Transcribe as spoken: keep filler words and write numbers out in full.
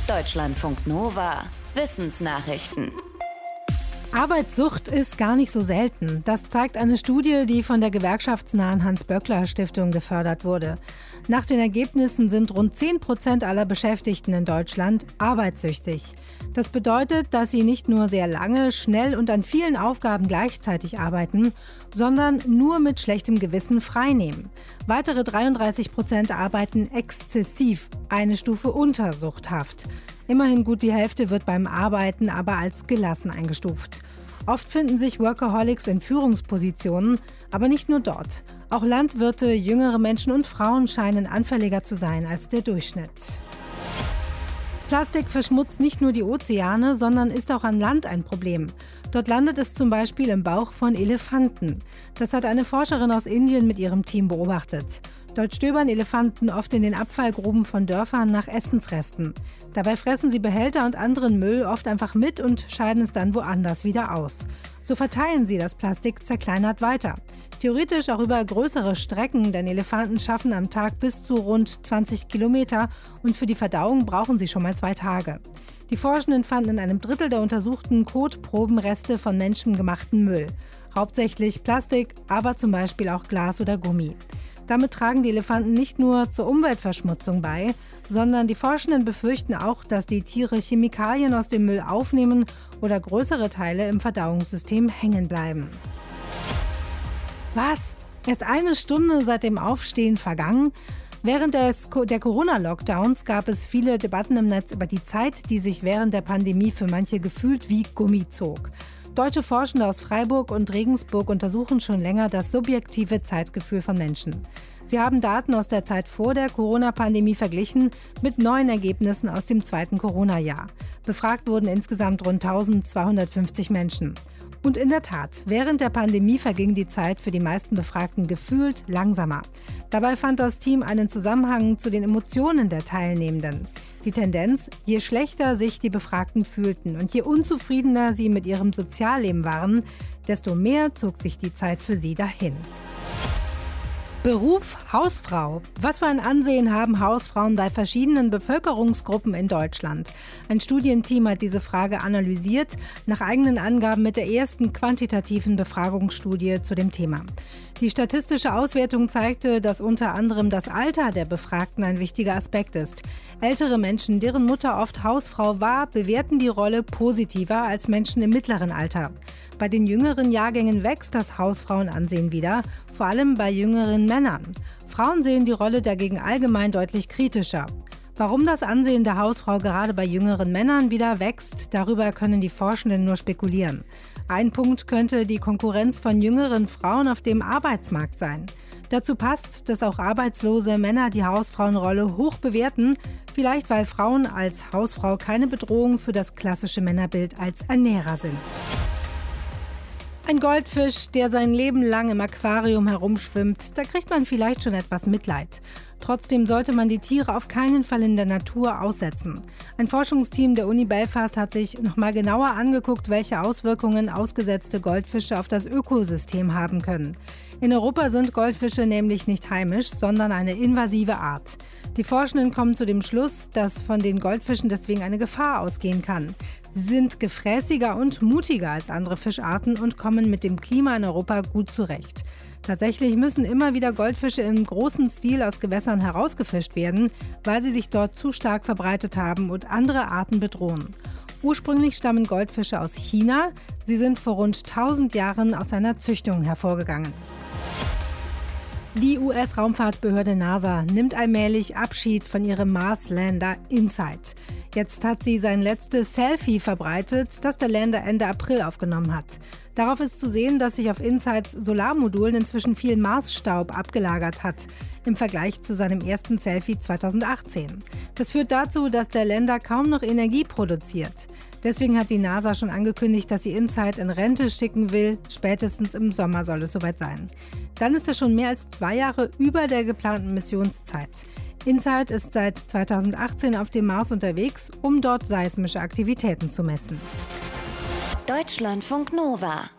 Deutschlandfunk Nova. Wissensnachrichten. Arbeitssucht ist gar nicht so selten. Das zeigt eine Studie, die von der gewerkschaftsnahen Hans-Böckler-Stiftung gefördert wurde. Nach den Ergebnissen sind rund zehn Prozent aller Beschäftigten in Deutschland arbeitssüchtig. Das bedeutet, dass sie nicht nur sehr lange, schnell und an vielen Aufgaben gleichzeitig arbeiten, sondern nur mit schlechtem Gewissen freinehmen. Weitere dreiunddreißig Prozent arbeiten exzessiv, eine Stufe unter Suchthaft. Immerhin gut die Hälfte wird beim Arbeiten aber als gelassen eingestuft. Oft finden sich Workaholics in Führungspositionen, aber nicht nur dort. Auch Landwirte, jüngere Menschen und Frauen scheinen anfälliger zu sein als der Durchschnitt. Plastik verschmutzt nicht nur die Ozeane, sondern ist auch an Land ein Problem. Dort landet es zum Beispiel im Bauch von Elefanten. Das hat eine Forscherin aus Indien mit ihrem Team beobachtet. Dort stöbern Elefanten oft in den Abfallgruben von Dörfern nach Essensresten. Dabei fressen sie Behälter und anderen Müll oft einfach mit und scheiden es dann woanders wieder aus. So verteilen sie das Plastik zerkleinert weiter. Theoretisch auch über größere Strecken, denn Elefanten schaffen am Tag bis zu rund zwanzig Kilometer und für die Verdauung brauchen sie schon mal zwei Tage. Die Forschenden fanden in einem Drittel der untersuchten Kotproben Reste von menschengemachten Müll. Hauptsächlich Plastik, aber zum Beispiel auch Glas oder Gummi. Damit tragen die Elefanten nicht nur zur Umweltverschmutzung bei, sondern die Forschenden befürchten auch, dass die Tiere Chemikalien aus dem Müll aufnehmen oder größere Teile im Verdauungssystem hängen bleiben. Was? Erst eine Stunde seit dem Aufstehen vergangen? Während des, der Corona-Lockdowns gab es viele Debatten im Netz über die Zeit, die sich während der Pandemie für manche gefühlt wie Gummi zog. Deutsche Forschende aus Freiburg und Regensburg untersuchen schon länger das subjektive Zeitgefühl von Menschen. Sie haben Daten aus der Zeit vor der Corona-Pandemie verglichen mit neuen Ergebnissen aus dem zweiten Corona-Jahr. Befragt wurden insgesamt rund eintausendzweihundertfünfzig Menschen. Und in der Tat, während der Pandemie verging die Zeit für die meisten Befragten gefühlt langsamer. Dabei fand das Team einen Zusammenhang zu den Emotionen der Teilnehmenden. Die Tendenz, je schlechter sich die Befragten fühlten und je unzufriedener sie mit ihrem Sozialleben waren, desto mehr zog sich die Zeit für sie dahin. Beruf Hausfrau. Was für ein Ansehen haben Hausfrauen bei verschiedenen Bevölkerungsgruppen in Deutschland? Ein Studienteam hat diese Frage analysiert, nach eigenen Angaben mit der ersten quantitativen Befragungsstudie zu dem Thema. Die statistische Auswertung zeigte, dass unter anderem das Alter der Befragten ein wichtiger Aspekt ist. Ältere Menschen, deren Mutter oft Hausfrau war, bewerten die Rolle positiver als Menschen im mittleren Alter. Bei den jüngeren Jahrgängen wächst das Hausfrauenansehen wieder, vor allem bei jüngeren Männern. Frauen sehen die Rolle dagegen allgemein deutlich kritischer. Warum das Ansehen der Hausfrau gerade bei jüngeren Männern wieder wächst, darüber können die Forschenden nur spekulieren. Ein Punkt könnte die Konkurrenz von jüngeren Frauen auf dem Arbeitsmarkt sein. Dazu passt, dass auch arbeitslose Männer die Hausfrauenrolle hoch bewerten, vielleicht weil Frauen als Hausfrau keine Bedrohung für das klassische Männerbild als Ernährer sind. Ein Goldfisch, der sein Leben lang im Aquarium herumschwimmt, da kriegt man vielleicht schon etwas Mitleid. Trotzdem sollte man die Tiere auf keinen Fall in der Natur aussetzen. Ein Forschungsteam der Uni Belfast hat sich nochmal genauer angeguckt, welche Auswirkungen ausgesetzte Goldfische auf das Ökosystem haben können. In Europa sind Goldfische nämlich nicht heimisch, sondern eine invasive Art. Die Forschenden kommen zu dem Schluss, dass von den Goldfischen deswegen eine Gefahr ausgehen kann. Sie sind gefräßiger und mutiger als andere Fischarten und kommen mit dem Klima in Europa gut zurecht. Tatsächlich müssen immer wieder Goldfische im großen Stil aus Gewässern herausgefischt werden, weil sie sich dort zu stark verbreitet haben und andere Arten bedrohen. Ursprünglich stammen Goldfische aus China. Sie sind vor rund tausend Jahren aus einer Züchtung hervorgegangen. Die U S-Raumfahrtbehörde NASA nimmt allmählich Abschied von ihrem Mars-Lander InSight. Jetzt hat sie sein letztes Selfie verbreitet, das der Lander Ende April aufgenommen hat. Darauf ist zu sehen, dass sich auf InSights Solarmodulen inzwischen viel Marsstaub abgelagert hat, im Vergleich zu seinem ersten Selfie zweitausendachtzehn. Das führt dazu, dass der Lander kaum noch Energie produziert. Deswegen hat die NASA schon angekündigt, dass sie InSight in Rente schicken will. Spätestens im Sommer soll es soweit sein. Dann ist er schon mehr als zwei Jahre über der geplanten Missionszeit. InSight ist seit zweitausendachtzehn auf dem Mars unterwegs, um dort seismische Aktivitäten zu messen. Deutschlandfunk Nova